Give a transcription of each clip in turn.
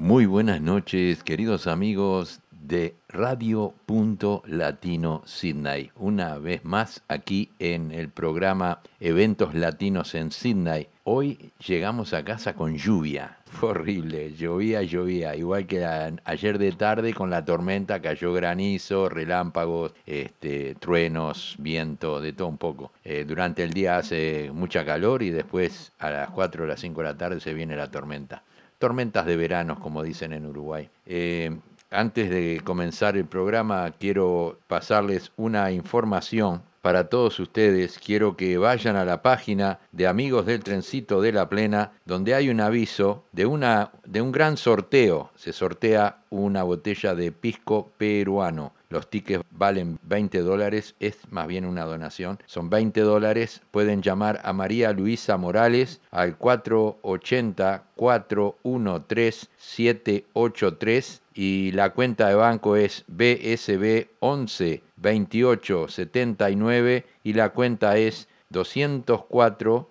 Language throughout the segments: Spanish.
Muy buenas noches, queridos amigos de Radio Punto Latino Sydney. Una vez más aquí en el programa Eventos Latinos en Sydney. Hoy llegamos a casa con lluvia. Fue horrible, llovía. Igual que ayer de tarde con la tormenta cayó granizo, relámpagos, truenos, viento, de todo un poco. Durante el día hace mucha calor y después a las 4 o las 5 de la tarde se viene la tormenta. Tormentas de veranos, como dicen en Uruguay. Antes de comenzar el programa, quiero pasarles una información para todos ustedes. Quiero que vayan a la página de Amigos del Trencito de la Plena, donde hay un aviso de un gran sorteo. Se sortea una botella de pisco peruano. Los tickets valen $20, es más bien una donación. Son $20. Pueden llamar a María Luisa Morales al 480-413-783 y la cuenta de banco es BSB 11 28 79 y la cuenta es 204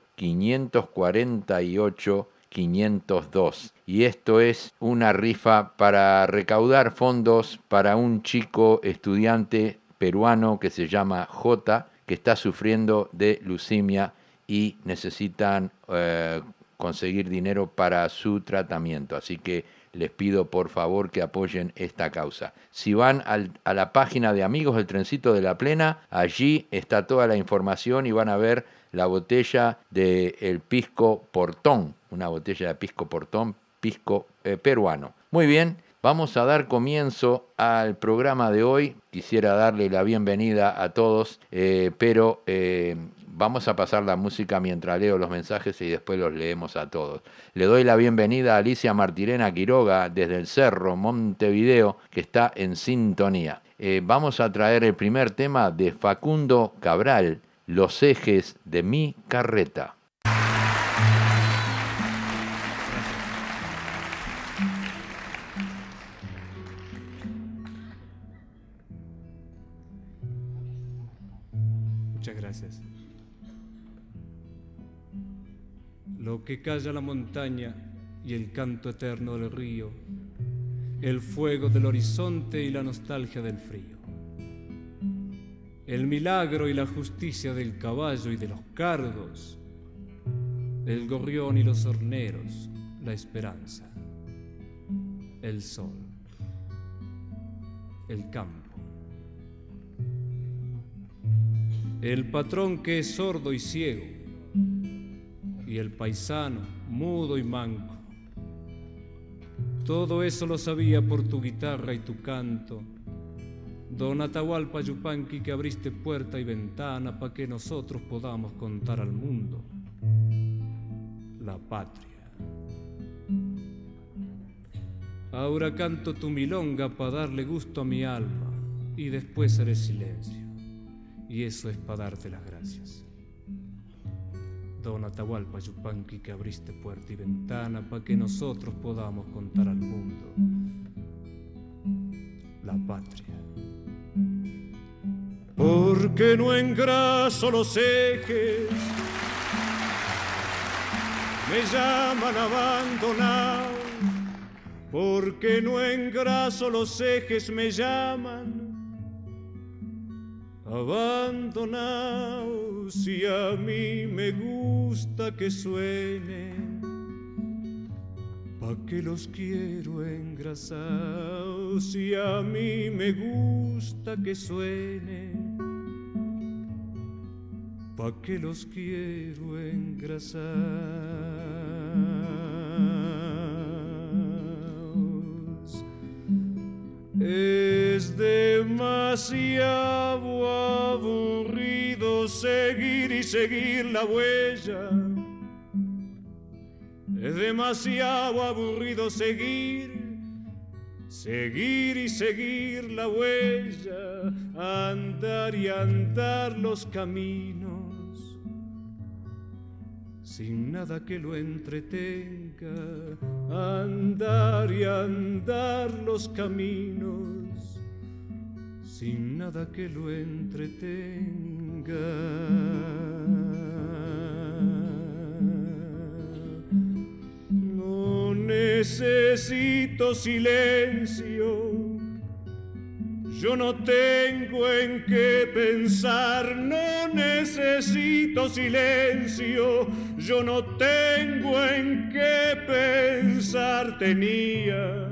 548 502. Y esto es una rifa para recaudar fondos para un chico estudiante peruano que se llama J, que está sufriendo de leucemia y necesitan conseguir dinero para su tratamiento. Así que les pido por favor que apoyen esta causa. Si van a la página de Amigos del Trencito de la Plena, allí está toda la información y van a ver la botella del pisco portón, una botella de pisco portón, pisco peruano. Muy bien, vamos a dar comienzo al programa de hoy. Quisiera darle la bienvenida a todos, pero vamos a pasar la música mientras leo los mensajes y después los leemos a todos. Le doy la bienvenida a Alicia Martirena Quiroga desde el Cerro, Montevideo, que está en sintonía. Vamos a traer el primer tema de Facundo Cabral, Los ejes de mi carreta. Muchas gracias. Lo que calla la montaña y el canto eterno del río, el fuego del horizonte y la nostalgia del frío, el milagro y la justicia del caballo y de los cardos, el gorrión y los horneros, la esperanza, el sol, el campo, el patrón que es sordo y ciego, y el paisano mudo y manco. Todo eso lo sabía por tu guitarra y tu canto, Don Atahualpa Yupanqui, que abriste puerta y ventana para que nosotros podamos contar al mundo la patria. Ahora canto tu milonga para darle gusto a mi alma y después haré silencio, y eso es para darte las gracias. Don Atahualpa Yupanqui, que abriste puerta y ventana para que nosotros podamos contar al mundo la patria. Porque no engraso los ejes, me llaman abandonado. Porque no engraso los ejes, me llaman abandonado. Si a mí me gusta que suenen, ¿pa' qué los quiero engrasados? Si a mí me gusta que suenen, ¿pa' qué los quiero engrasados? Es demasiado aburrido seguir y seguir la huella. Es demasiado aburrido seguir y seguir la huella, andar y andar los caminos, sin nada que lo entretenga, andar y andar los caminos, sin nada que lo entretenga. No necesito silencio. Yo no tengo en qué pensar, no necesito silencio. Yo no tengo en qué pensar, tenía,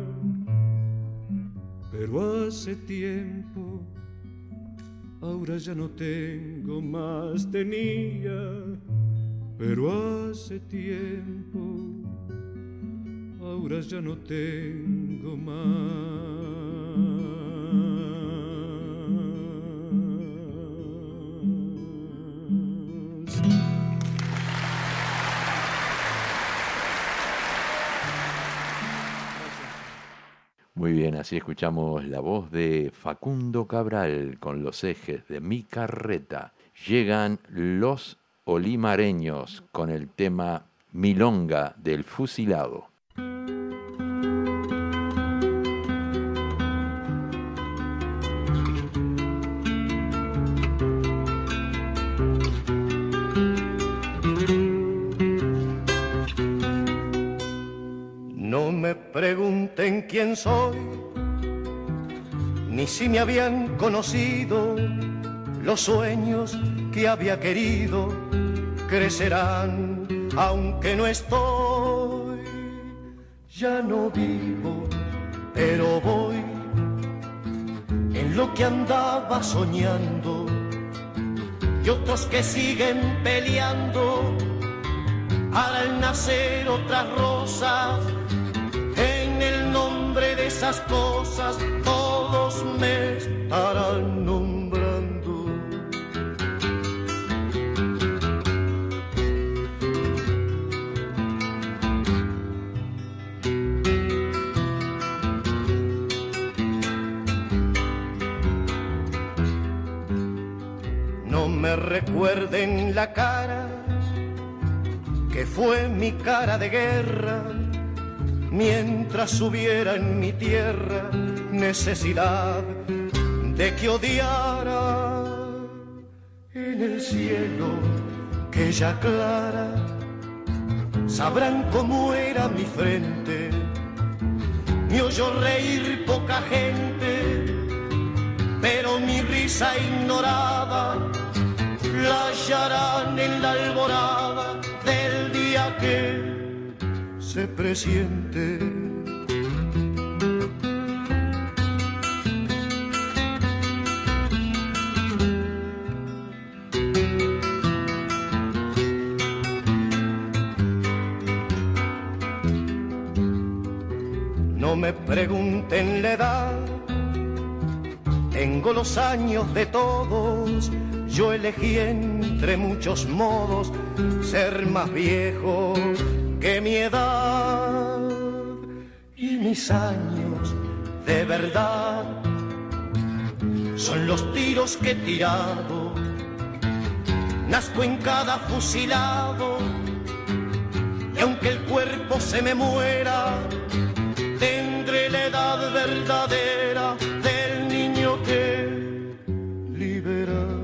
pero hace tiempo, ahora ya no tengo más, tenía, pero hace tiempo, ahora ya no tengo más. Muy bien, así escuchamos la voz de Facundo Cabral con los ejes de Mi Carreta. Llegan los olimareños con el tema Milonga del Fusilado. No me pregunten quién soy, ni si me habían conocido. Los sueños que había querido crecerán, aunque no estoy. Ya no vivo, pero voy en lo que andaba soñando, y otros que siguen peleando harán nacer otras rosas. En el nombre de esas cosas todos me estarán nombrando. No me recuerden la cara, que fue mi cara de guerra, mientras hubiera en mi tierra necesidad de que odiara. En el cielo que ya aclara sabrán cómo era mi frente. Me oyó reír poca gente, pero mi risa ignorada la hallarán en la alborada del día que se presiente. No me pregunten la edad, tengo los años de todos. Yo elegí entre muchos modos ser más viejo que mi edad, y mis años de verdad son los tiros que he tirado. Nazco en cada fusilado, y aunque el cuerpo se me muera, tendré la edad verdadera del niño que he liberado.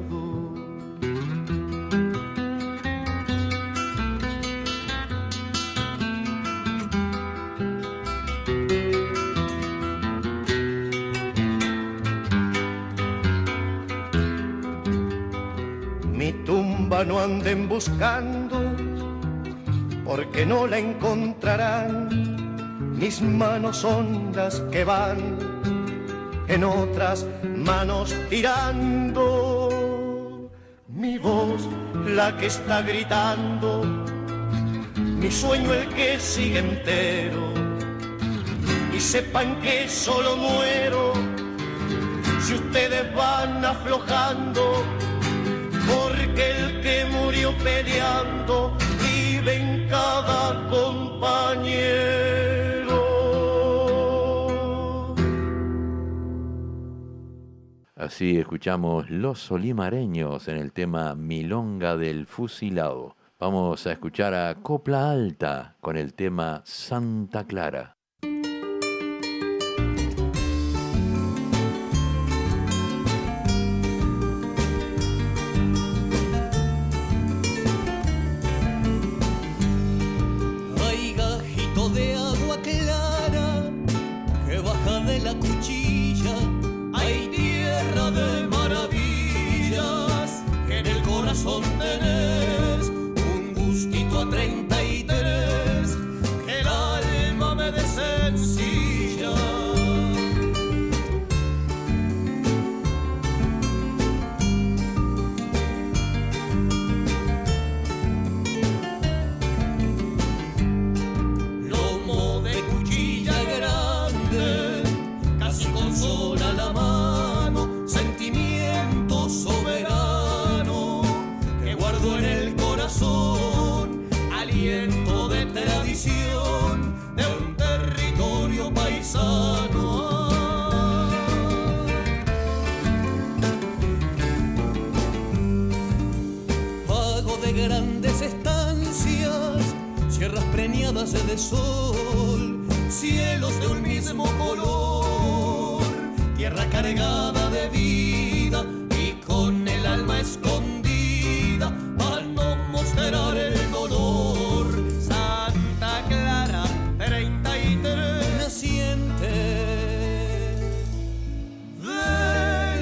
Mi tumba no anden buscando, porque no la encontrarán. Mis manos son las que van en otras manos tirando. Mi voz la que está gritando, mi sueño el que sigue entero. Y sepan que solo muero si ustedes van aflojando, porque el que murió peleando vive en cada compañero. Así escuchamos Los Olimareños en el tema Milonga del Fusilado. Vamos a escuchar a Copla Alta con el tema Santa Clara. Hay gajito de agua que sencilla. Lomo de cuchilla grande, casi con sola la mano, sentimiento soberano que guardo en el corazón, aliento de tradición de un territorio paisano. Vago de grandes estancias, sierras preñadas de sol, cielos de un mismo color, tierra cargada de vida y con el alma escondida para no mostrar el dolor. Santa Clara, 33, naciente del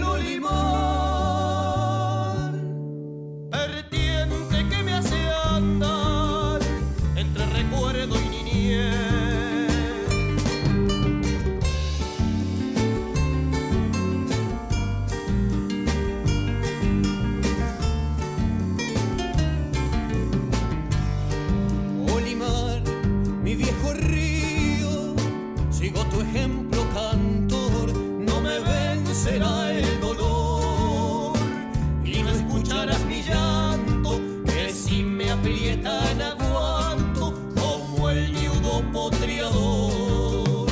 Olimar, vertiente que me hace andar entre recuerdo y niñez. Olimar, mi viejo río, sigo tu ejemplo, cantor, no me vencerá el dolor y no escucharás mi llanto, que si me aprietan aguanto como el ñudo potreador.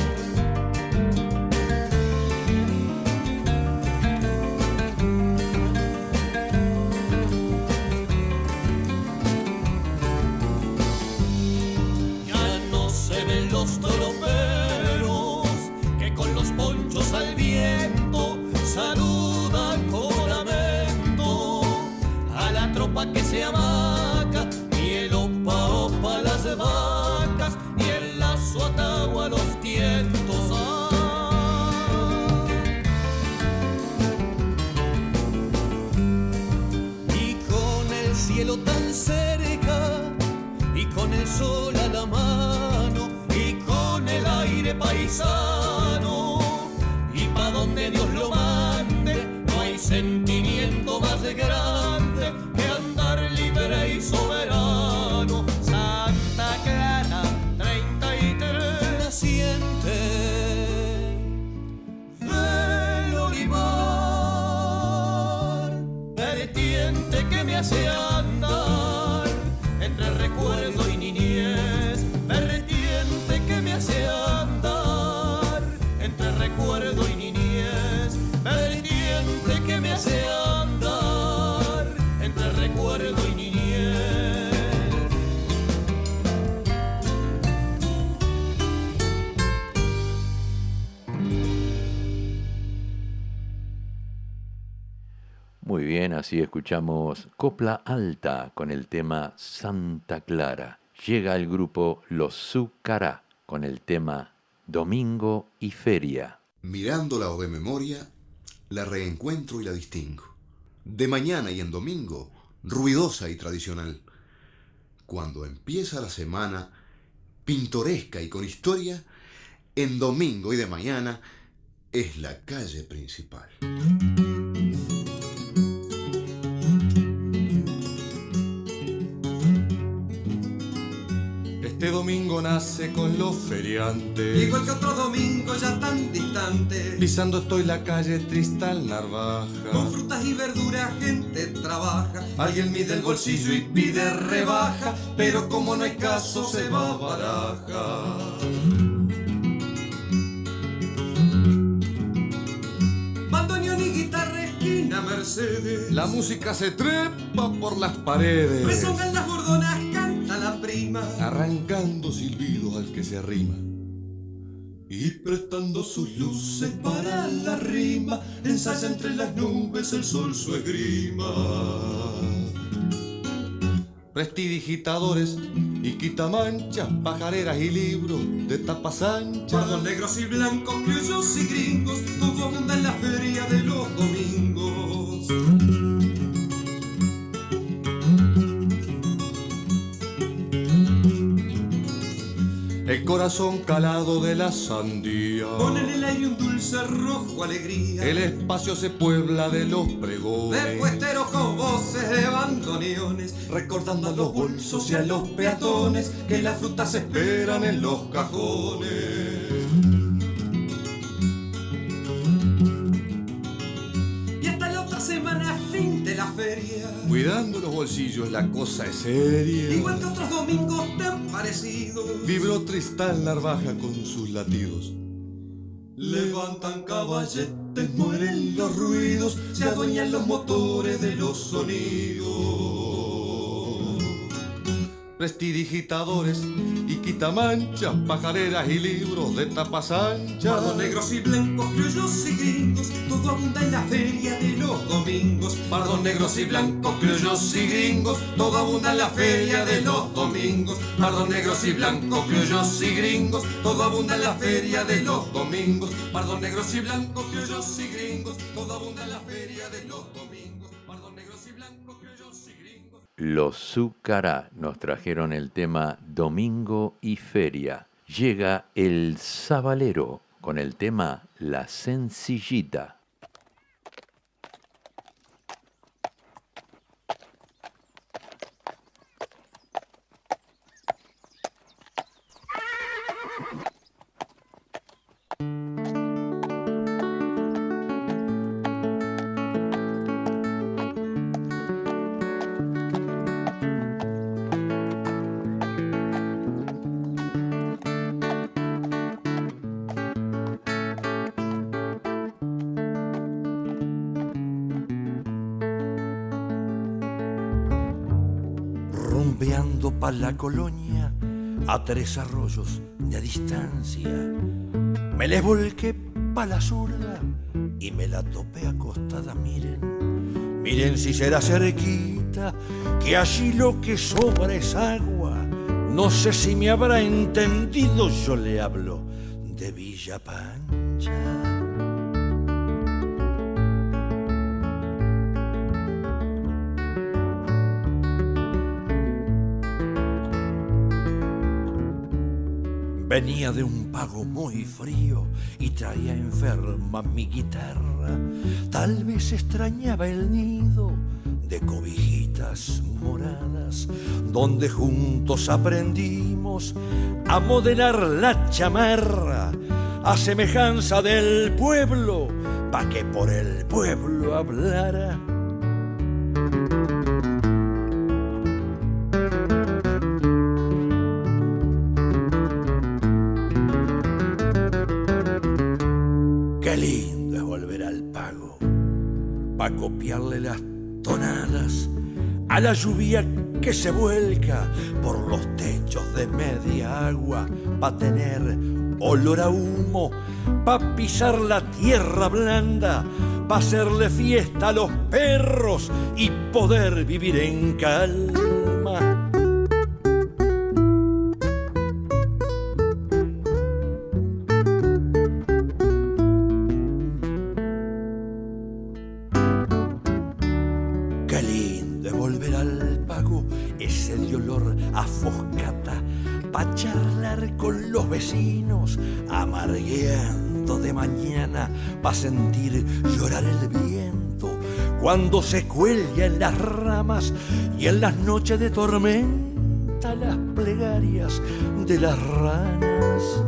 Ya no se ven los toroperos que con los ponchos al viento saludan con lamento a la tropa que se amaca, y el opa opa las vacas y el lazo atagua los tientos. Y con el cielo tan cerca y con el sol a la mano y con el aire paisano, y pa' donde Dios lo mande, no hay sentimiento más grande que andar libre y soberano. Santa Clara, 33, naciente del Olimar, vertiente que me hace andar entre recuerdo y niñez, vertiente que me hace andar entre recuerdo y niñez, vertiente que me hace andar entre recuerdo y niñez. Muy bien, así escuchamos Copla Alta con el tema Santa Clara. Llega el grupo Los Zucará con el tema Domingo y Feria. Mirándola o de memoria, la reencuentro y la distingo. De mañana y en domingo, ruidosa y tradicional. Cuando empieza la semana, pintoresca y con historia, en domingo y de mañana es la calle principal. Este domingo nace con los feriantes, igual que otro domingo ya tan distante. pisando estoy la calle Tristal Narvaja. Con frutas y verduras gente trabaja. Alguien mide el bolsillo y pide rebaja, pero como no hay caso se va a baraja. Bandoneón y guitarra esquina Mercedes. La música se trepa por las paredes, Resongan las gordonas, canta la prima. arrancando silbidos al que se arrima y prestando sus luces para la rima. Ensaya entre las nubes el sol su esgrima. Prestidigitadores y quitamanchas, pajareras y libros de tapas anchas. Pardos negros y blancos, criollos y gringos, todo abunda en la feria de los domingos. el corazón calado de la sandía. Pon en el aire un dulce rojo alegría. El espacio se puebla de los pregones, De puesteros con voces de bandoneones, recordando a los bolsos y a los peatones que las frutas se esperan en los cajones. Y hasta la otra semana, fin de la feria. Cuidando los bolsillos, la cosa es seria. Igual que otros domingos tan parecidos. Vibró Tristán Narvaja con sus latidos. Levantan caballetes, mueren los ruidos, se adueñan los motores de los sonidos. Prestidigitadores y quitamanchas, pajareras y libros de tapas anchas. Pardos negros y blancos, criollos y gringos, todo abunda en la feria de los domingos. Pardos negros y blancos, criollos y gringos, todo abunda en la feria de los domingos. Pardos negros y blancos, criollos y gringos, todo abunda en la feria de los domingos. Pardos negros y blancos, criollos y gringos, todo abunda en la feria de los domingos. Pardos negros y blancos, criollos y gringos. Los Zúcara nos trajeron el tema Domingo y Feria. Llega el Sabalero con el tema La Sencillita. Rumbeando pa' la colonia a 3 arroyos de distancia, me les volqué pa' la zurda y me la topé acostada. Miren, miren si será cerquita, que allí lo que sobra es agua. No sé si me habrá entendido, yo le hablo de Villa Pancha. Venía de un pago muy frío y traía enferma mi guitarra. Tal vez extrañaba el nido de cobijitas moradas, donde juntos aprendimos a modelar la chamarra, a semejanza del pueblo, pa' que por el pueblo hablara. Qué lindo es volver al pago, pa' copiarle las tonadas a la lluvia que se vuelca por los techos de media agua, pa' tener olor a humo, pa' pisar la tierra blanda, pa' hacerle fiesta a los perros y poder vivir en calma. Qué lindo es volver al pago, ese de olor a foscata, pa' charlar con los vecinos, amargueando de mañana, pa' sentir llorar el viento cuando se cuelga en las ramas y en las noches de tormenta las plegarias de las ranas.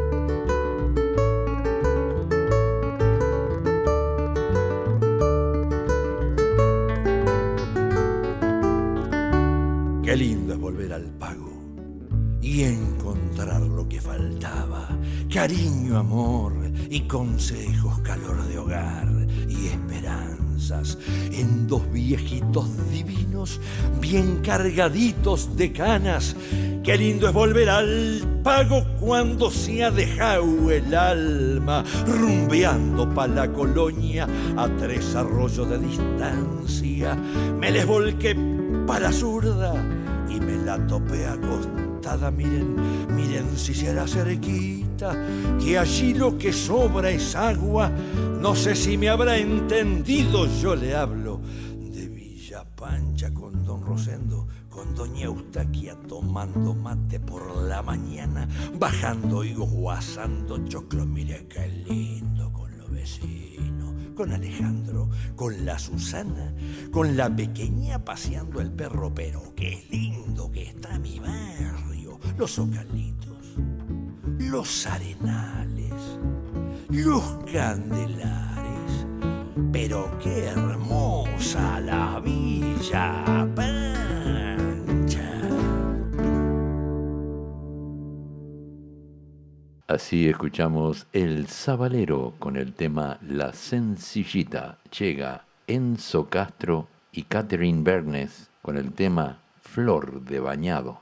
Qué lindo es volver al pago y encontrar lo que faltaba: cariño, amor y consejos, calor de hogar y esperanzas en 2 viejitos divinos bien cargaditos de canas. Qué lindo es volver al pago cuando se ha dejado el alma, rumbeando pa' la colonia a 3 arroyos de distancia. Me les volqué pa' la zurda y me la topé acostada. Miren, miren si será cerquita, que allí lo que sobra es agua. No sé si me habrá entendido, yo le hablo de Villa Pancha con don Rosendo, con doña Eustaquia tomando mate por la mañana, bajando higos, guasando choclos, mira qué lindo con los vecinos, con Alejandro, con la Susana, con la pequeña paseando el perro, pero qué lindo que está mi barrio, los zocalitos, los arenales, los candelares, pero qué hermosa la Villa Pancha. Así escuchamos El Sabalero con el tema La Sencillita. Llega Enzo Castro y Catherine Bernes con el tema Flor de Bañado.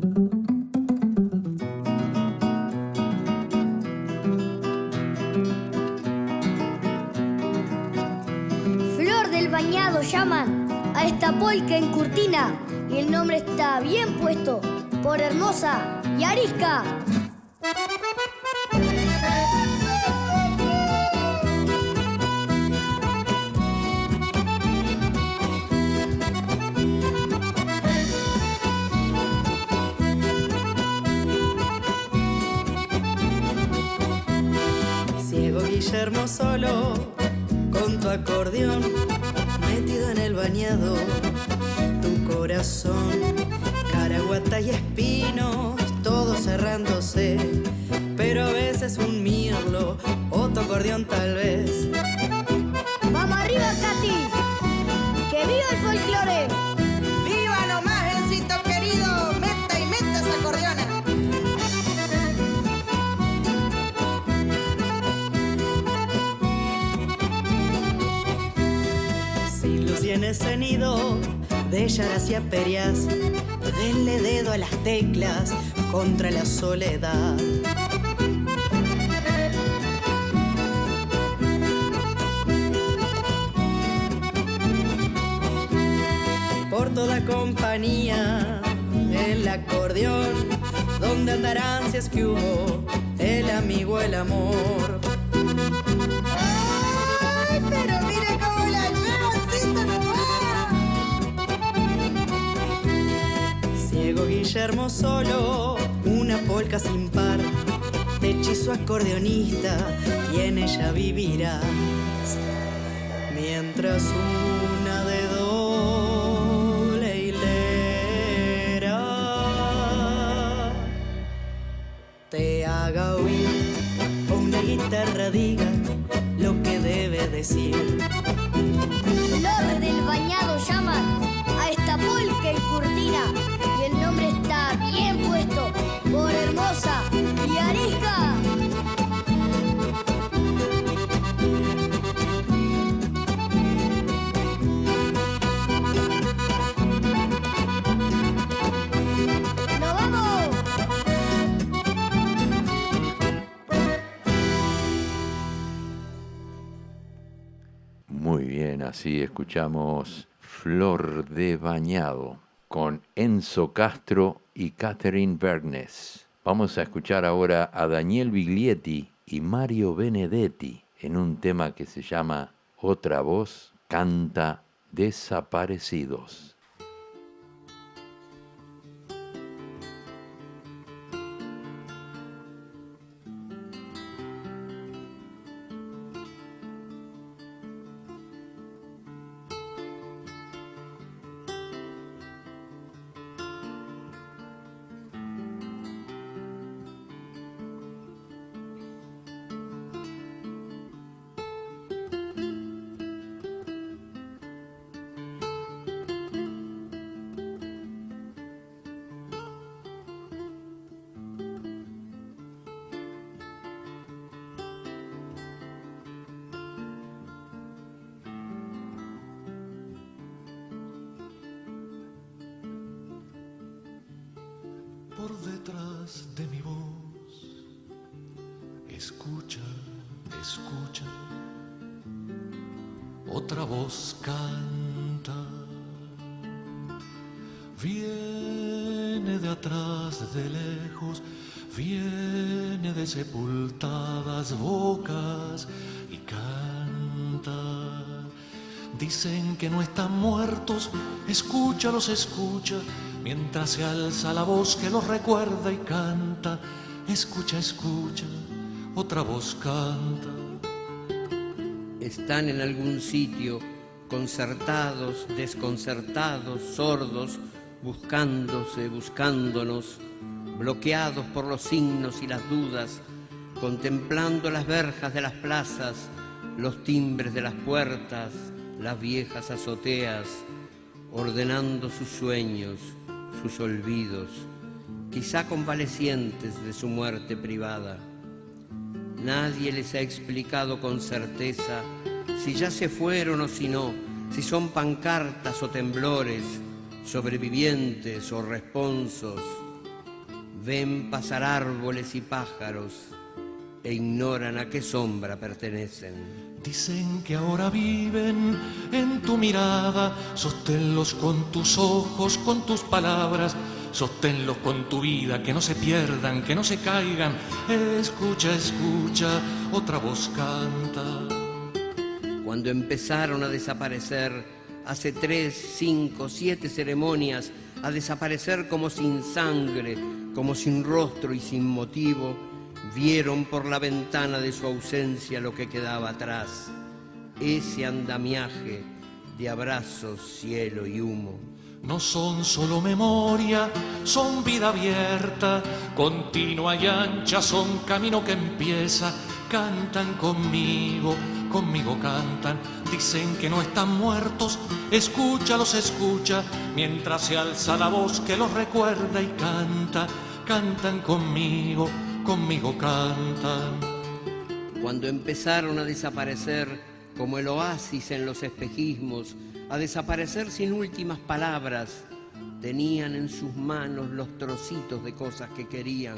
Flor del Bañado llaman a esta polca en Curtina y el nombre está bien puesto por hermosa y arisca. Ciego Guillermo solo con tu acordeón, metido en el bañado, tu corazón, caraguata y espinos, todo cerrándose, pero a veces un mirlo, otro acordeón tal vez. ¡Vamos arriba, Katy! ¡Que viva el folclore! ¡Viva nomás, Encito querido! ¡Meta y meta esa acordeona! Sin luz y en ese nido de Yaracia Perias, denle dedo a las teclas contra la soledad. Por toda compañía, el acordeón, donde andarán si es que hubo el amigo, el amor. ¡Ay, pero mira cómo la lleva, Encito nomás! Ciego Guillermo solo, una polca sin par, te hechizo acordeonista y en ella vivirás. Mientras una de doble hilera te haga oír, o una guitarra diga lo que debe decir. Flor del Bañado llaman a esta polca en Curtina y el nombre está bien puesto por hermosa y arisca. ¡Nos vamos! Muy bien, así escuchamos Flor de Bañado con Enzo Castro y Catherine Bernes. Vamos a escuchar ahora a Daniel Biglietti y Mario Benedetti en un tema que se llama Otra Voz Canta Desaparecidos. Por detrás de mi voz, escucha, escucha, otra voz canta, viene de atrás, de lejos, viene de sepultadas bocas y canta. Dicen que no están muertos, escúchalos, escucha, mientras se alza la voz que los recuerda y canta. Escucha, escucha, otra voz canta. Están en algún sitio, concertados, desconcertados, sordos, buscándose, buscándonos, bloqueados por los signos y las dudas, contemplando las verjas de las plazas, los timbres de las puertas, las viejas azoteas, ordenando sus sueños, sus olvidos, quizá convalecientes de su muerte privada. Nadie les ha explicado con certeza si ya se fueron o si no, si son pancartas o temblores, sobrevivientes o responsos. Ven pasar árboles y pájaros e ignoran a qué sombra pertenecen. Dicen que ahora viven en tu mirada, sosténlos con tus ojos, con tus palabras, sosténlos con tu vida, que no se pierdan, que no se caigan. Escucha, escucha, otra voz canta. Cuando empezaron a desaparecer, hace 3, 5, 7 ceremonias, a desaparecer como sin sangre, como sin rostro y sin motivo, vieron por la ventana de su ausencia lo que quedaba atrás, ese andamiaje de abrazos, cielo y humo. No son solo memoria, son vida abierta, continua y ancha, son camino que empieza. Cantan conmigo, conmigo cantan, dicen que no están muertos, escúchalos, escucha, mientras se alza la voz que los recuerda y canta. Cantan conmigo, conmigo cantan. Cuando empezaron a desaparecer como el oasis en los espejismos, a desaparecer sin últimas palabras, tenían en sus manos los trocitos de cosas que querían.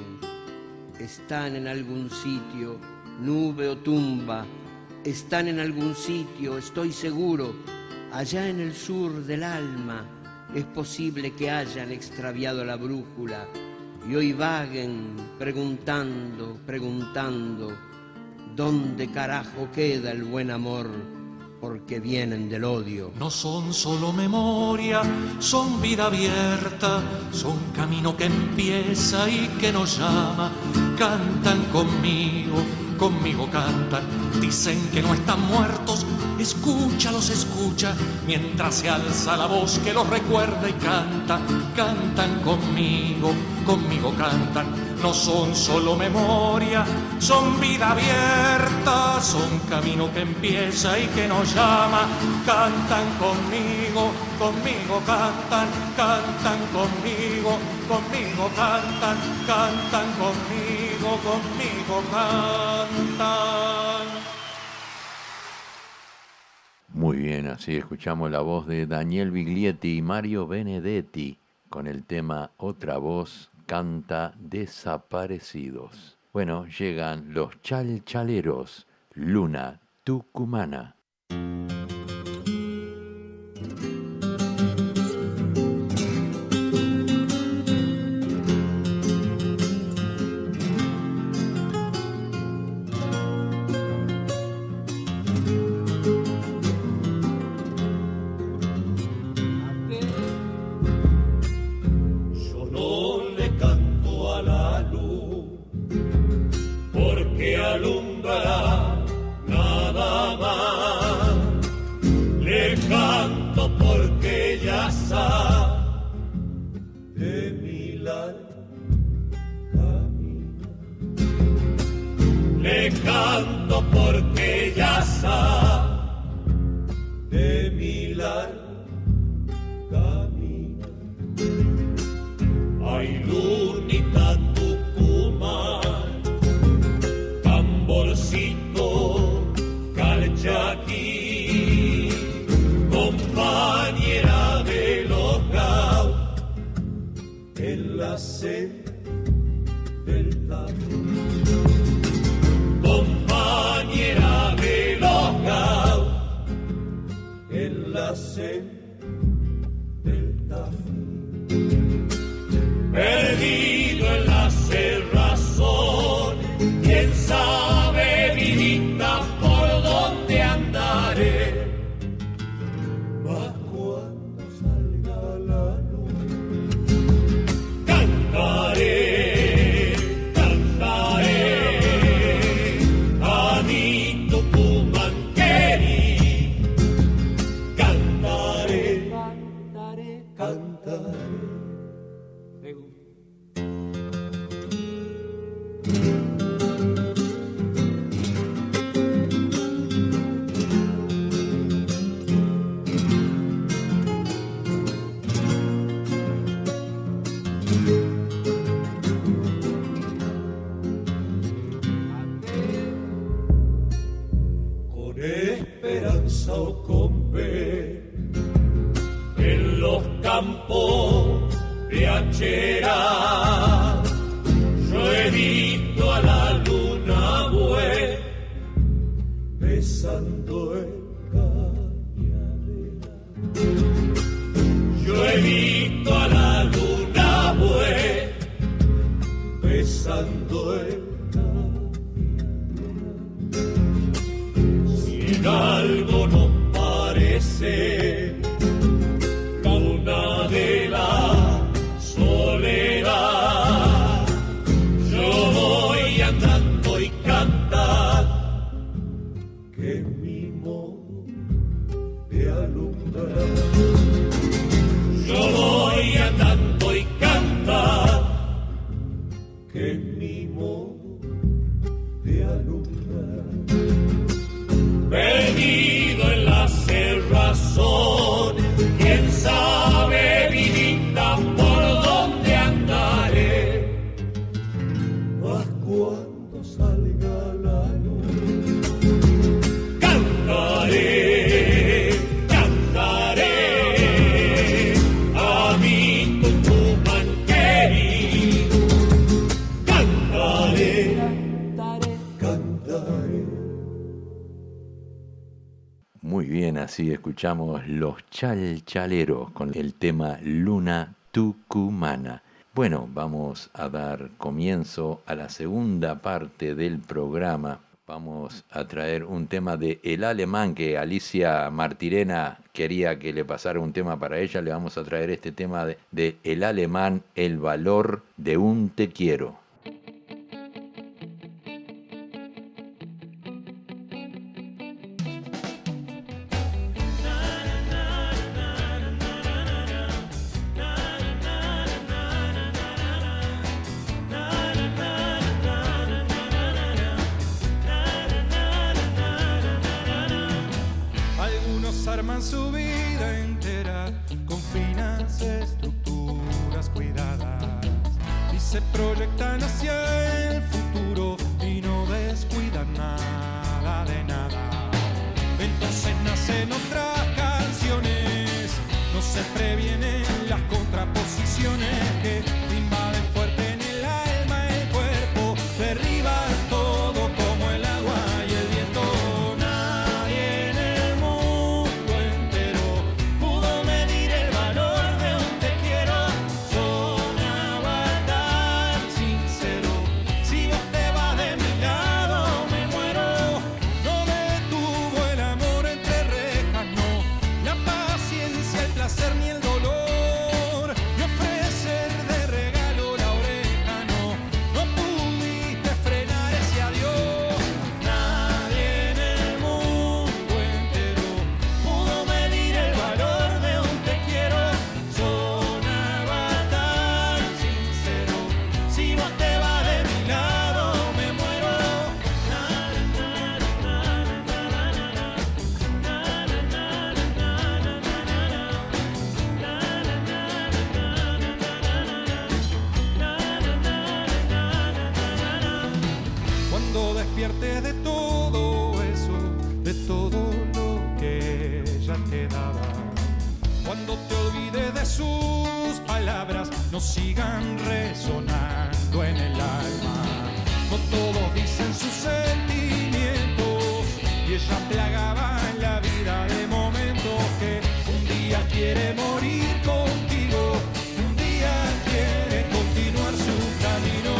Están en algún sitio, nube o tumba, están en algún sitio, estoy seguro, allá en el sur del alma. Es posible que hayan extraviado la brújula y hoy vaguen preguntando, preguntando, ¿dónde carajo queda el buen amor? Porque vienen del odio. No son solo memoria, son vida abierta, son camino que empieza y que nos llama. Cantan conmigo, conmigo cantan, dicen que no están muertos, escúchalos, escucha, mientras se alza la voz que los recuerda y canta. Cantan conmigo, conmigo cantan, no son solo memoria, son vida abierta, son camino que empieza y que nos llama. Cantan conmigo, conmigo cantan, cantan conmigo, conmigo cantan, cantan conmigo, conmigo cantan. Muy bien, así escuchamos la voz de Daniel Biglietti y Mario Benedetti con el tema Otra Voz Canta Desaparecidos. Bueno, llegan los chalchaleros, Luna Tucumana. Canto porque ya sabe de mi largo camino. Ay, lunita Tucumán, tamborcito calchaquí, compañera de los gaos en la sed del tajo. Compañera de los gaos en la sed del Tafí, perdido en la cerrazón, quién sabe, vidita, por dónde andar. esperanza o con fe. En los campos de Achera yo he visto a la luna buena besando el cañaveral. Yo he visto a la luna buena besando el cañaveral. Si en algo nos parece luna de la soledad, yo voy andando y cantar, que es mi modo de alumbrar. Yo voy andando y cantar, que es mi modo de alumbrar. Perdido en la cerrazón, quién sabe, vidita, por dónde andaré. Mas cuando salga la luz, cantaré, cantaré a mi Tucumán querido. Cantaré, cantaré. Muy bien, así escuchamos Los Chalchaleros con el tema Luna Tucumana. Bueno, vamos a dar comienzo a la segunda parte del programa. Vamos a traer un tema de El Alemán, que Alicia Martirena quería que le pasara un tema para ella. Le vamos a traer este tema de El Alemán, El valor de un te quiero. Arman su vida entera con finas estructuras cuidadas y se proyectan hacia el futuro y no descuidan nada de nada. Entonces nacen otras canciones, no se previenen las contraposiciones que invaden fuerte en el alma, el cuerpo, derriban todo como el agua y el viento. Despierte de todo eso, de todo lo que ella te daba. Cuando te olvides de sus palabras, no sigan resonando en el alma. No todos dicen sus sentimientos y ella plagaba en la vida de momentos que un día quiere morir contigo, un día quiere continuar su camino.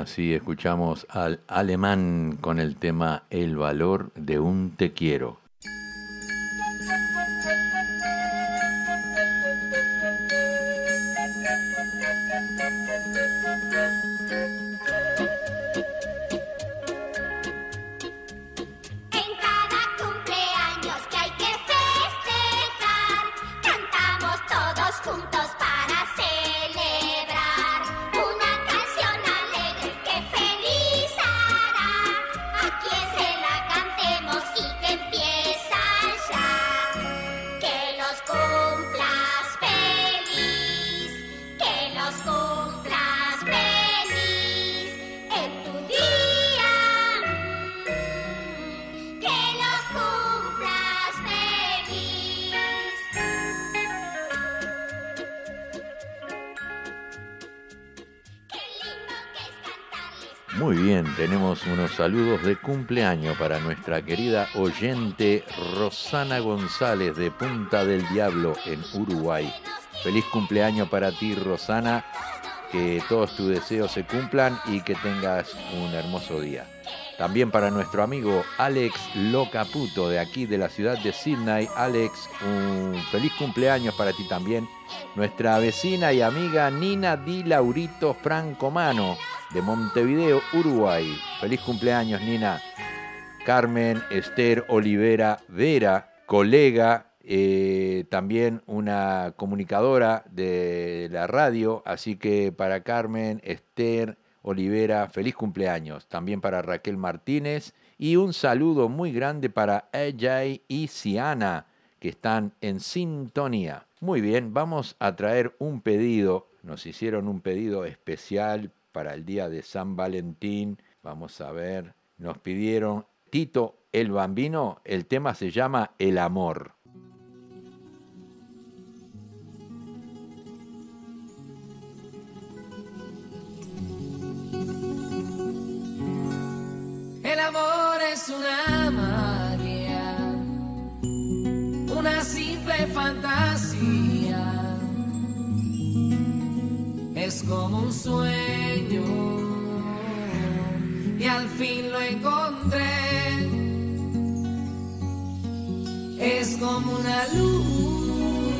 Así escuchamos al Alemán con el tema El valor de un te quiero. Muy bien, tenemos unos saludos de cumpleaños para nuestra querida oyente Rosana González de Punta del Diablo en Uruguay. Feliz cumpleaños para ti, Rosana, que todos tus deseos se cumplan y que tengas un hermoso día. También para nuestro amigo Alex Locaputo de aquí de la ciudad de Sydney. Alex, un feliz cumpleaños para ti también. Nuestra vecina y amiga Nina Di Laurito Francomano de Montevideo, Uruguay. Feliz cumpleaños, Nina. Carmen Esther Olivera Vera, colega, también una comunicadora de la radio, así que para Carmen Esther Olivera, feliz cumpleaños. También para Raquel Martínez y un saludo muy grande para AJ y Siana, que están en sintonía. Muy bien, vamos a traer un pedido. Nos hicieron un pedido especial para el día de San Valentín. Vamos a ver, nos pidieron Tito el Bambino, el tema se llama El Amor. El amor es una magia, una simple fantasía. Es como un sueño y al fin lo encontré. Es como una luz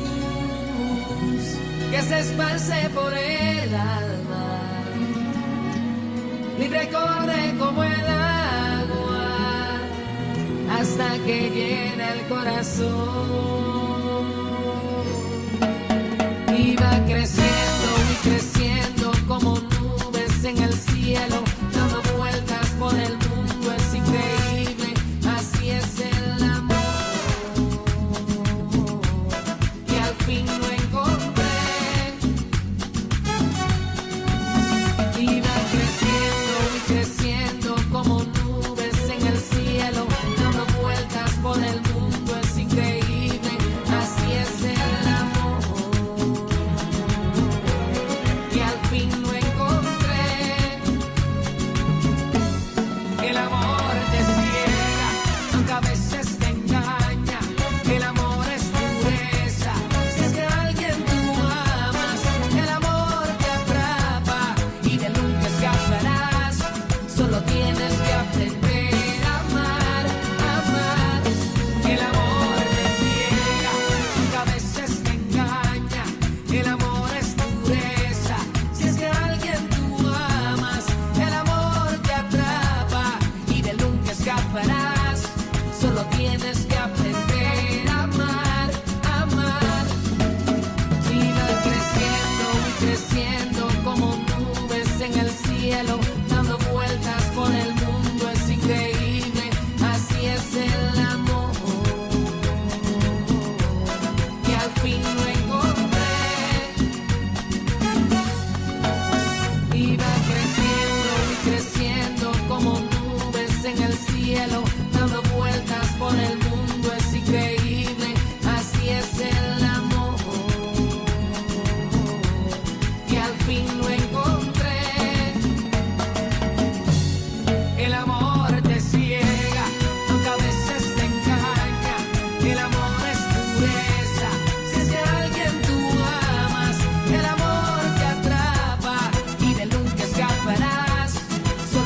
que se esparce por el alma, libre corre como el agua hasta que llena el corazón. Y va creciendo y creciendo como nubes en el cielo, dando vueltas por el mundo, es increíble, así es el amor. Y al fin lo encontré. Y va creciendo y creciendo como nubes en el cielo, dando vueltas por el mundo, es increíble, así es el amor. Y al fin lo encontré.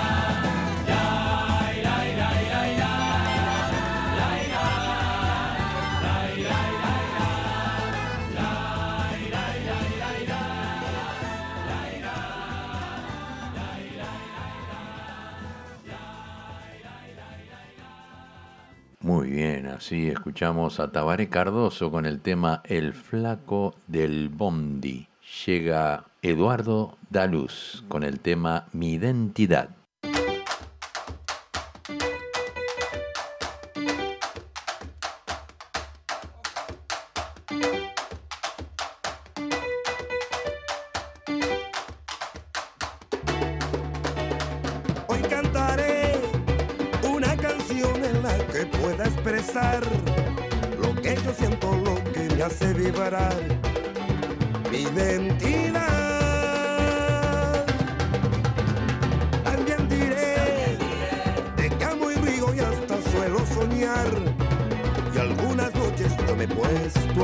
Muy bien, así escuchamos a Tabaré Cardoso con el tema El Flaco del Bondi. Llega Eduardo Daluz con el tema Mi Identidad. Hoy cantaré una canción en la que pueda expresar lo que yo siento, lo que me hace vibrar, mi identidad. También diré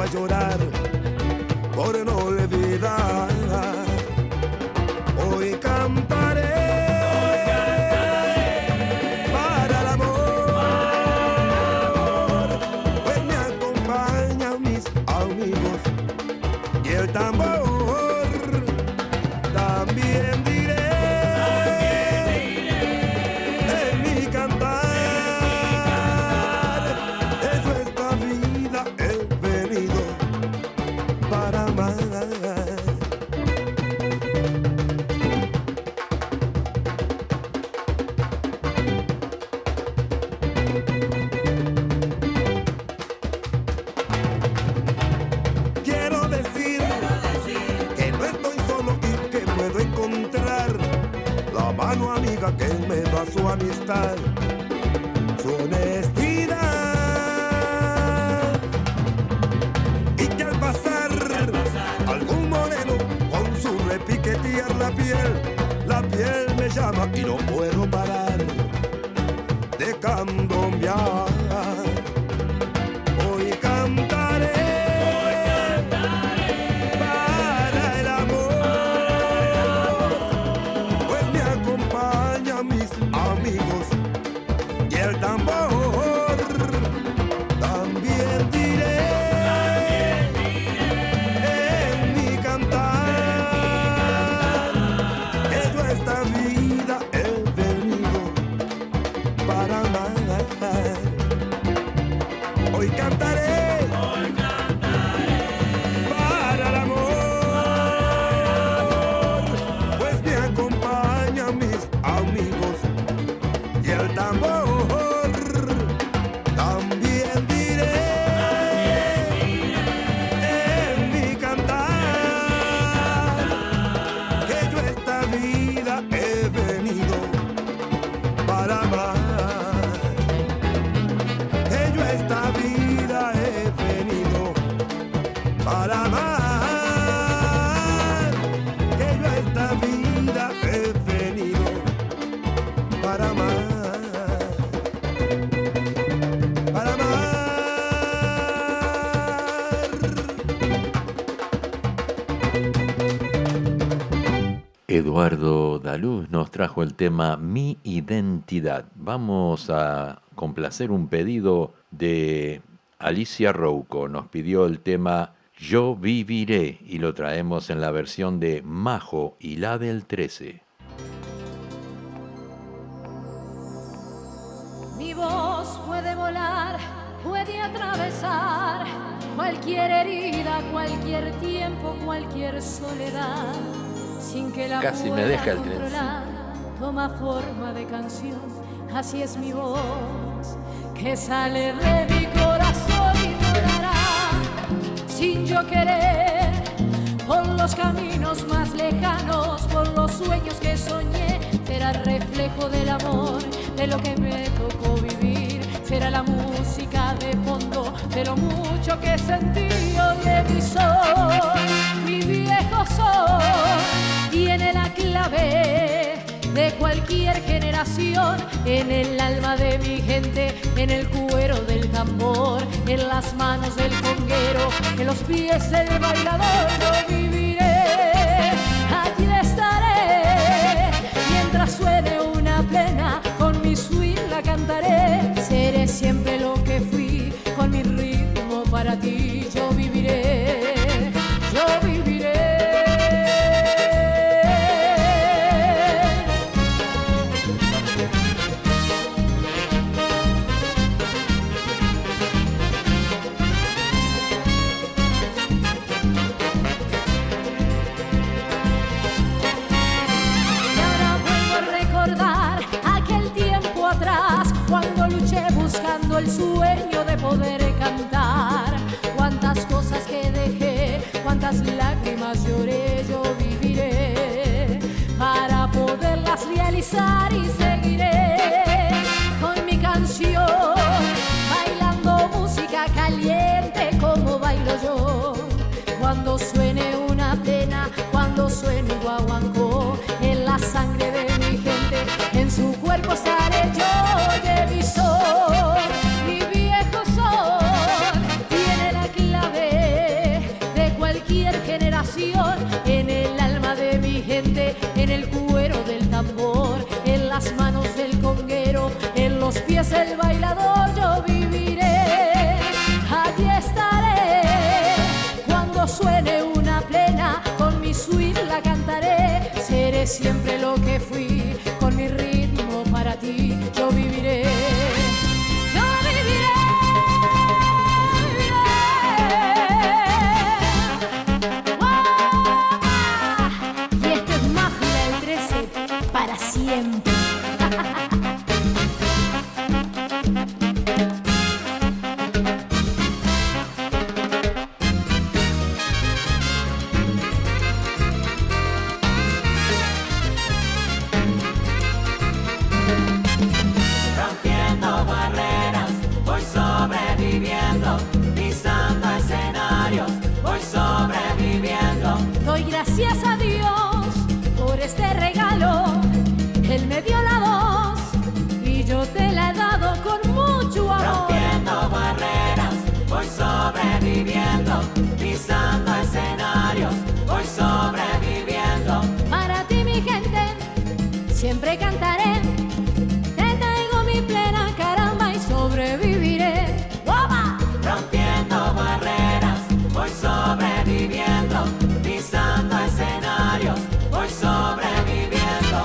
llorar por no olvidar. Hoy cantaré para el amor, pues me acompañan mis amigos y el tambor. También diré en mi cantar, eso esta vida he venido para amar. Quiero decir que no estoy solo y que puedo encontrar la mano amiga que me da su amistad, su honestidad, y que al pasar algún moreno con su repiquetear la piel me llama y no puedo parar de candombear. Hoy cantaré para el amor, pues me acompañan mis amigos y el tambor. También diré en mi cantar que yo esta vida he venido para amar. Hoy cantaré para el amor, pues me acompañan mis amigos y el tambor. También diré en mi cantar que yo esta vida he venido para amar. Que yo esta vida he venido para amar. Que yo esta vida he venido para amar. Para amar. Eduardo Daluz nos trajo el tema Mi Identidad. Vamos a complacer un pedido de Alicia Rouco. Nos pidió el tema Yo Viviré y lo traemos en la versión de Majo y la del 13. Mi voz puede volar, puede atravesar cualquier herida, cualquier tiempo, cualquier soledad, sin que la Casi me pueda deja el controlar. Toma forma de canción, así es mi voz, que sale de mi corazón y volará, sin yo querer, por los caminos más lejanos, por los sueños que soñé. Será reflejo del amor, de lo que me tocó vivir. Será la música de fondo, de lo mucho que sentí. Oye mi sol, mi viejo sol, tiene la clave de cualquier generación, en el alma de mi gente, en el cuero del tambor, en las manos del conguero, en los pies del bailador. Yo viviré, aquí estaré, mientras suene una plena, con mi swing la cantaré. Seré siempre lo que fui, con mi ritmo para ti. Yo viviré, yo viviré. Cuando luché buscando el sueño de poder cantar, cuántas cosas que dejé, cuántas lágrimas lloré. Yo viviré para poderlas realizar y seguiré con mi canción, bailando música caliente como bailo yo. Cuando suene una pena, cuando suene un guaguancó, en la sangre de mi gente, en su cuerpo estaré yo. De mi sol, mi viejo sol, tiene la clave siempre lo que fui, con mi ritmo para ti, yo viviré. Yo viviré, viviré. ¡Wow! Y esto es Magia del 13 para siempre. Gracias a Dios por este regalo, Él me dio la voz y yo te la he dado con mucho amor. Rompiendo barreras, voy sobreviviendo, pisando escenarios, voy sobreviviendo. Para ti mi gente, siempre cantaré, te traigo mi plena caramba y sobreviviré. ¡Opa! Rompiendo barreras, voy sobreviviendo, pisando escenarios, voy sobreviviendo.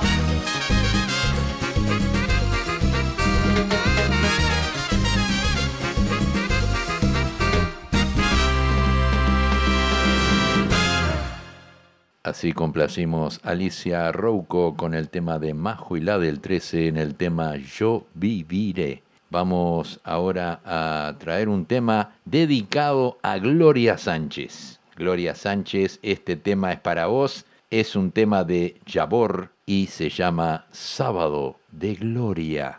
Así complacimos a Alicia Rouco con el tema de Majo y la del 13 en el tema Yo Viviré. Vamos ahora a traer un tema dedicado a Gloria Sánchez. Gloria Sánchez, este tema es para vos, es un tema de Yabor y se llama Sábado de Gloria.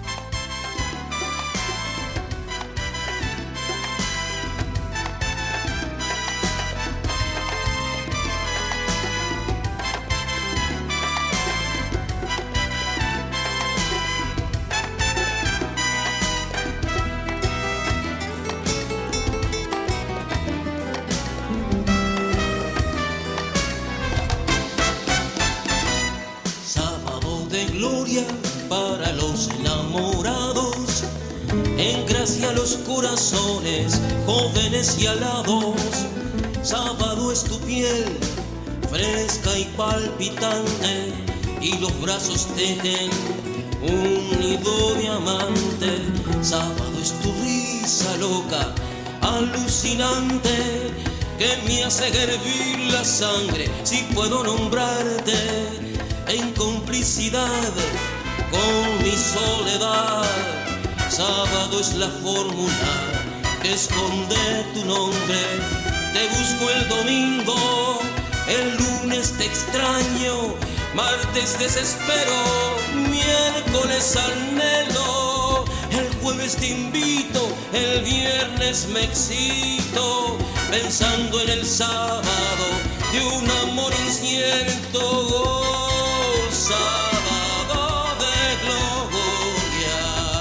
Para los enamorados, en gracia los corazones jóvenes y alados. Sábado es tu piel fresca y palpitante y los brazos tejen un nido de amante. Sábado es tu risa loca, alucinante, que me hace hervir la sangre si puedo nombrarte en complicidad con mi soledad. Sábado es la fórmula que esconde tu nombre. Te busco el domingo, el lunes te extraño, martes desespero, miércoles anhelo, el jueves te invito, el viernes me excito, pensando en el sábado de un amor incierto. Sábado de gloria.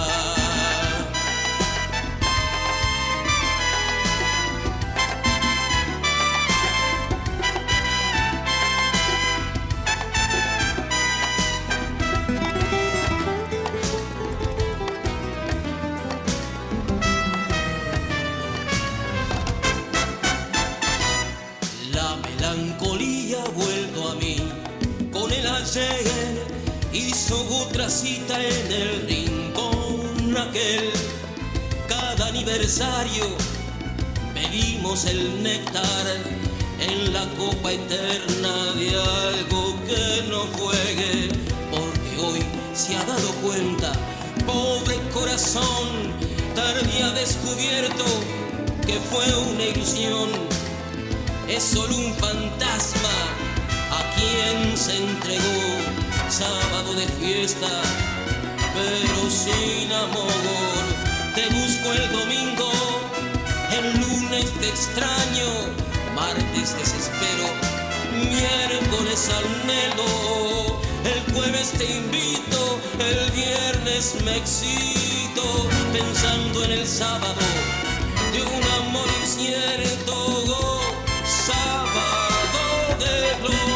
La melancolía ha vuelto a mí con el ayer. Hizo otra cita en el rincón aquel. Cada aniversario bebimos el néctar en la copa eterna de algo que no juegue, porque hoy se ha dado cuenta, pobre corazón, tarde ha descubierto que fue una ilusión. Es solo un fantasma a quien se entregó. Sábado de fiesta, pero sin amor. Te busco el domingo, el lunes te extraño, martes desespero, miércoles anhelo, el jueves te invito, el viernes me excito, pensando en el sábado de un amor incierto. Sábado de gloria.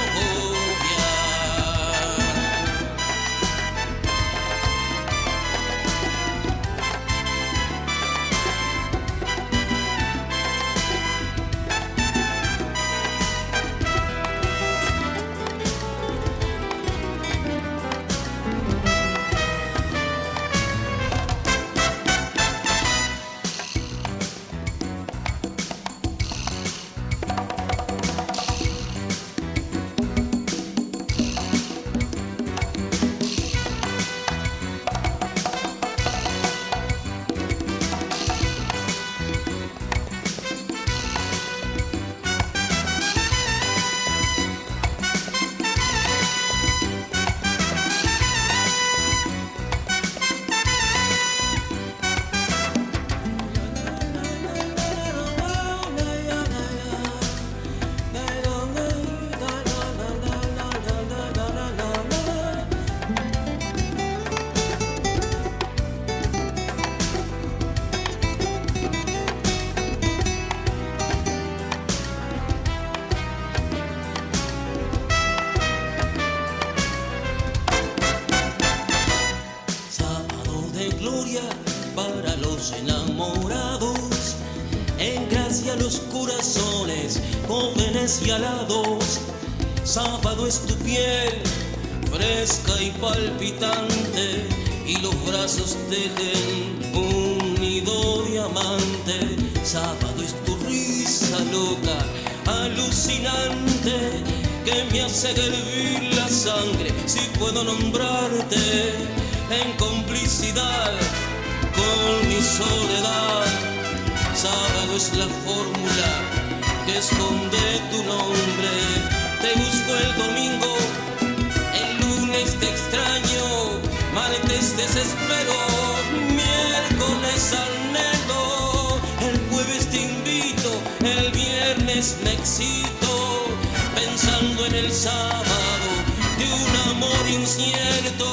de gloria para los enamorados. Engracia los corazones jóvenes y alados. Sábado es tu piel fresca y palpitante, y los brazos tejen un nido diamante. Sábado es tu risa loca, alucinante, que me hace hervir la sangre si puedo nombrarte en complicidad con mi soledad. Sábado es la fórmula que esconde tu nombre. Te busco el domingo, el lunes te extraño, martes desespero, miércoles anhelo, el jueves te invito, el viernes me excito, pensando en el sábado de un amor incierto.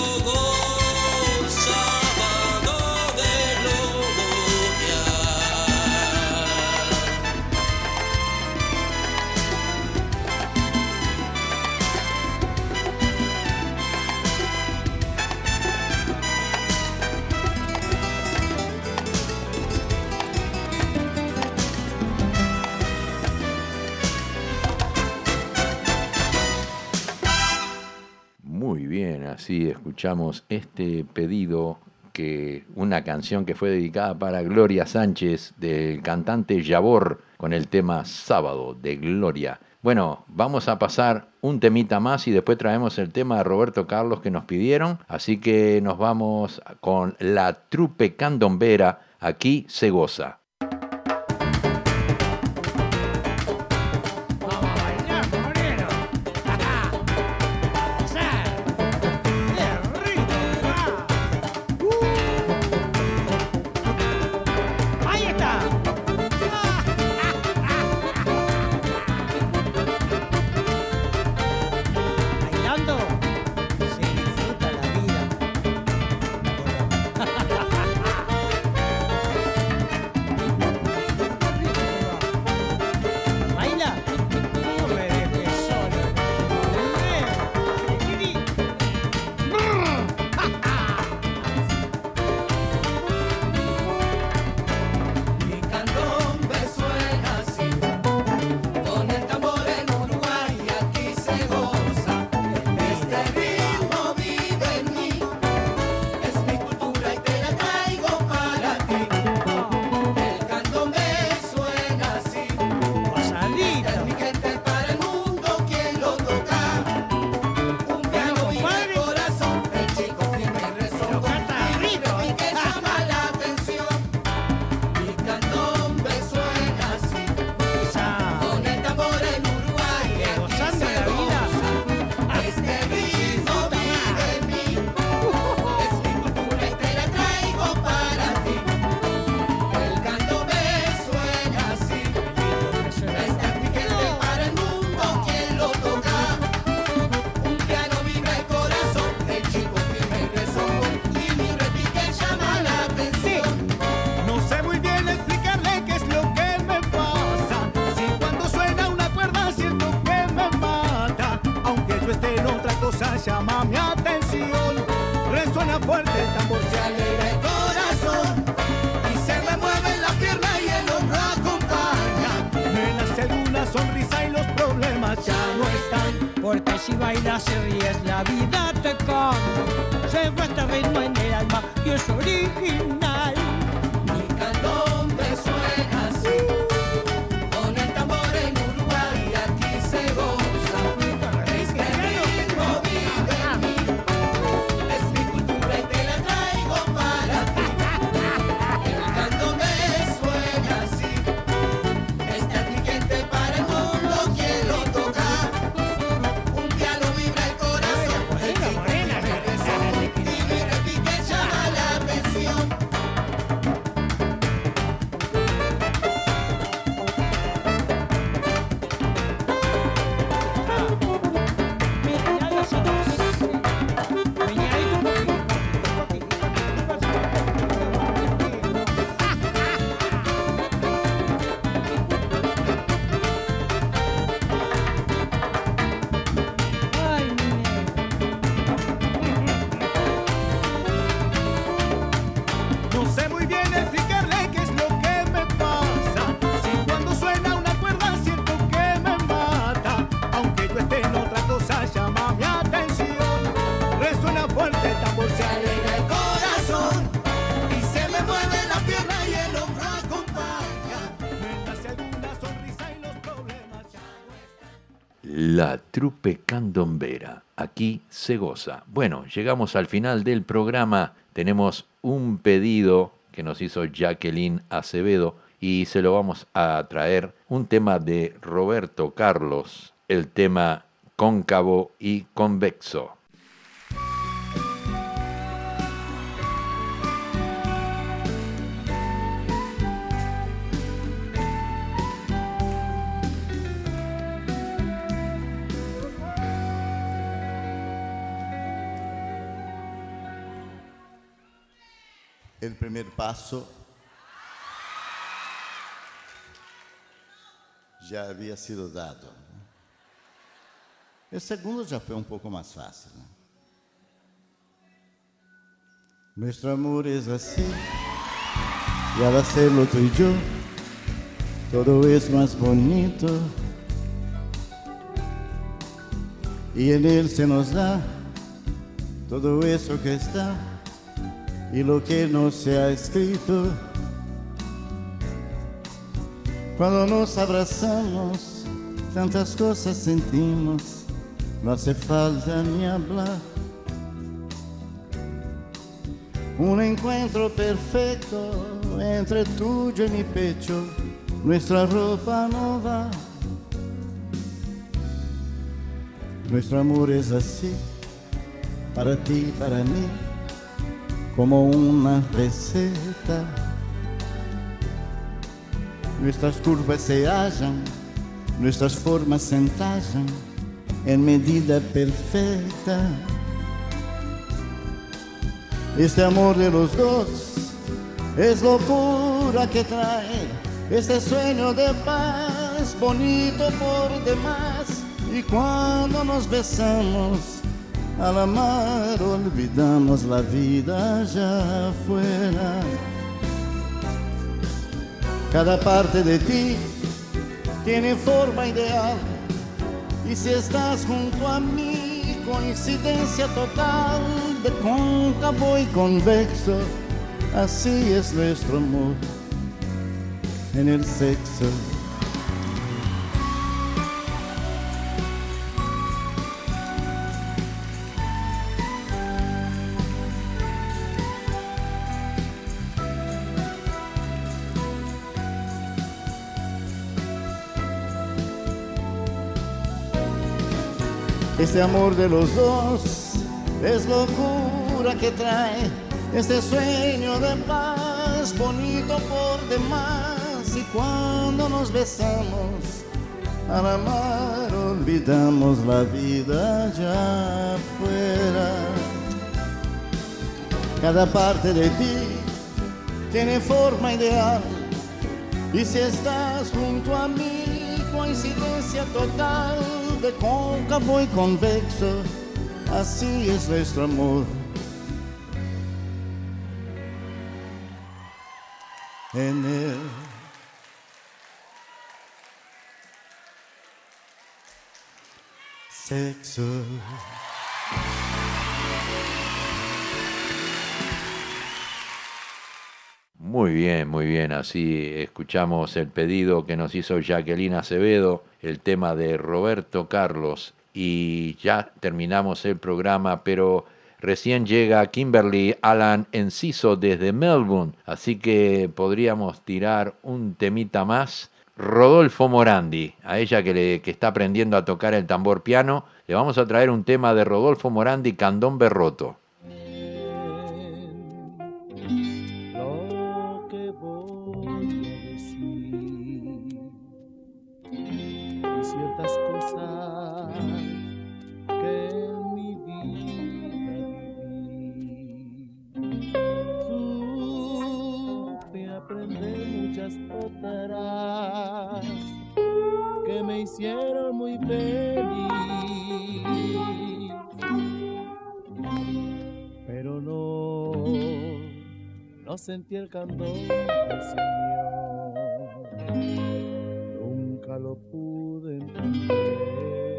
Sábado de gloria. Muy bien, así escuchamos este pedido, que una canción que fue dedicada para Gloria Sánchez, del cantante Yabor, con el tema Sábado de Gloria. Bueno, vamos a pasar un temita más y después traemos el tema de Roberto Carlos que nos pidieron, así que nos vamos con la trupe candombera. Aquí se goza. Llama mi atención, resuena fuerte el tambor, se alegra el corazón y se me mueve la pierna y el hombro acompaña. Me nace una sonrisa y los problemas ya no están, porque si bailas y ríes la vida te cambia. Se va este ritmo en el alma y es original. Mi candombe suena así, con el tambor en Uruguay aquí se goza. No sé muy bien explicarle qué es lo que me pasa. Si cuando suena una cuerda siento que me mata. Aunque yo esté en otra cosa llama mi atención. Resuena fuerte el tambor, se alegra el corazón. Y se me mueve la pierna y el hombro acompaña. Me nace alguna sonrisa y los problemas ya no están. La trupe candombera, aquí se goza. Bueno, llegamos al final del programa. Tenemos un pedido que nos hizo Jacqueline Acevedo y se lo vamos a traer, un tema de Roberto Carlos, el tema Cóncavo y Convexo. El primer paso ya había sido dado. El segundo ya fue un poco más fácil. Nuestro amor es así, y al hacerlo tú y yo, todo es más bonito. Y en él se nos da todo eso que está y lo que no se ha escrito. Cuando nos abrazamos, tantas cosas sentimos, no hace falta ni hablar. Un encuentro perfecto entre tuyo y mi pecho, nuestra ropa no va. Nuestro amor es así, para ti y para mí, como una receta. Nuestras curvas se hallan, nuestras formas se entallan en medida perfecta. Este amor de los dos es locura que trae este sueño de paz, bonito por demás. Y cuando nos besamos, al amar olvidamos la vida allá afuera. Cada parte de ti tiene forma ideal, y si estás junto a mí, coincidencia total de cóncavo y convexo. Así es nuestro amor en el sexo. Este amor de los dos es locura que trae este sueño de paz, bonito por demás. Y cuando nos besamos, al amar olvidamos la vida allá afuera. Cada parte de ti tiene forma ideal, y si estás junto a mí, coincidencia total de cóncavo y convexo. Así es nuestro amor en el sexo. Muy bien, así escuchamos el pedido que nos hizo Jacqueline Acevedo, el tema de Roberto Carlos, y ya terminamos el programa, pero recién llega Kimberly Alan Enciso desde Melbourne, así que podríamos tirar un temita más. Rodolfo Morandi, a ella que está aprendiendo a tocar el tambor piano, le vamos a traer un tema de Rodolfo Morandi, Candombe Roto. Que me hicieron muy feliz, pero no no sentí el candor del Señor. Nunca lo pude entender.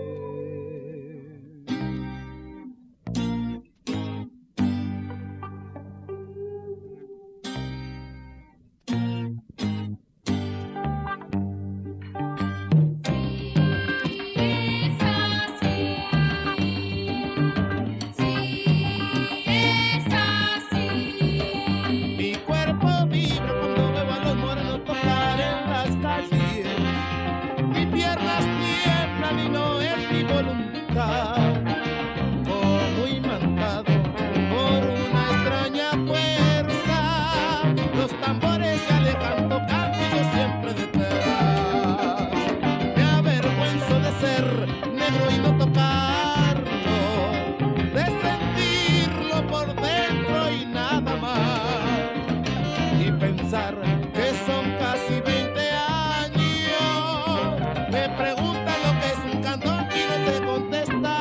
Como imantado por una extraña fuerza, los tambores se alejan tocando y yo siempre detrás. Me avergüenzo de ser negro y no tocarlo, de sentirlo por dentro y nada más, y pensar que son casi 20 años. Me preguntan lo que es un candor y no sé contestar.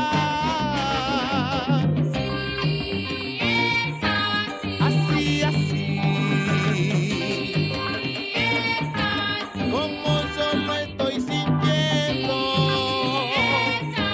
Sí, es así. Así, así. Sí, es así. Como yo lo estoy sintiendo. Sí, es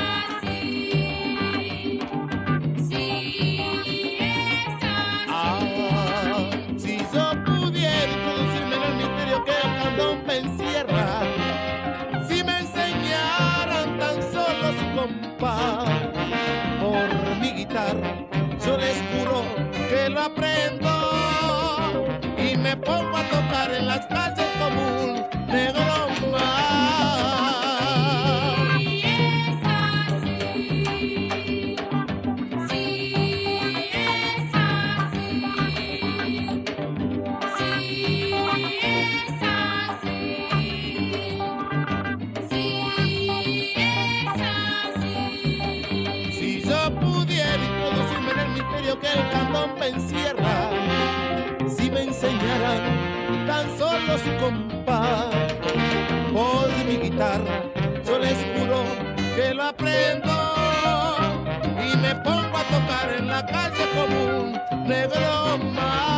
así. Sí, es así. Si yo pudiera introducirme en el misterio que el candón me encierra, si me enseñaran tan solo su compás por mi guitarra, yo les juro que lo aprendo y me pongo a tocar en las calles como un negro más. Sí, es así. Sí, es así. Sí, es así. Si yo pudiera introducirme en el misterio que el candón me encierra, si me enseñaran tan solo su compás por mi guitarra, yo les juro que lo aprendo y me pongo a tocar en la calle como un negro más.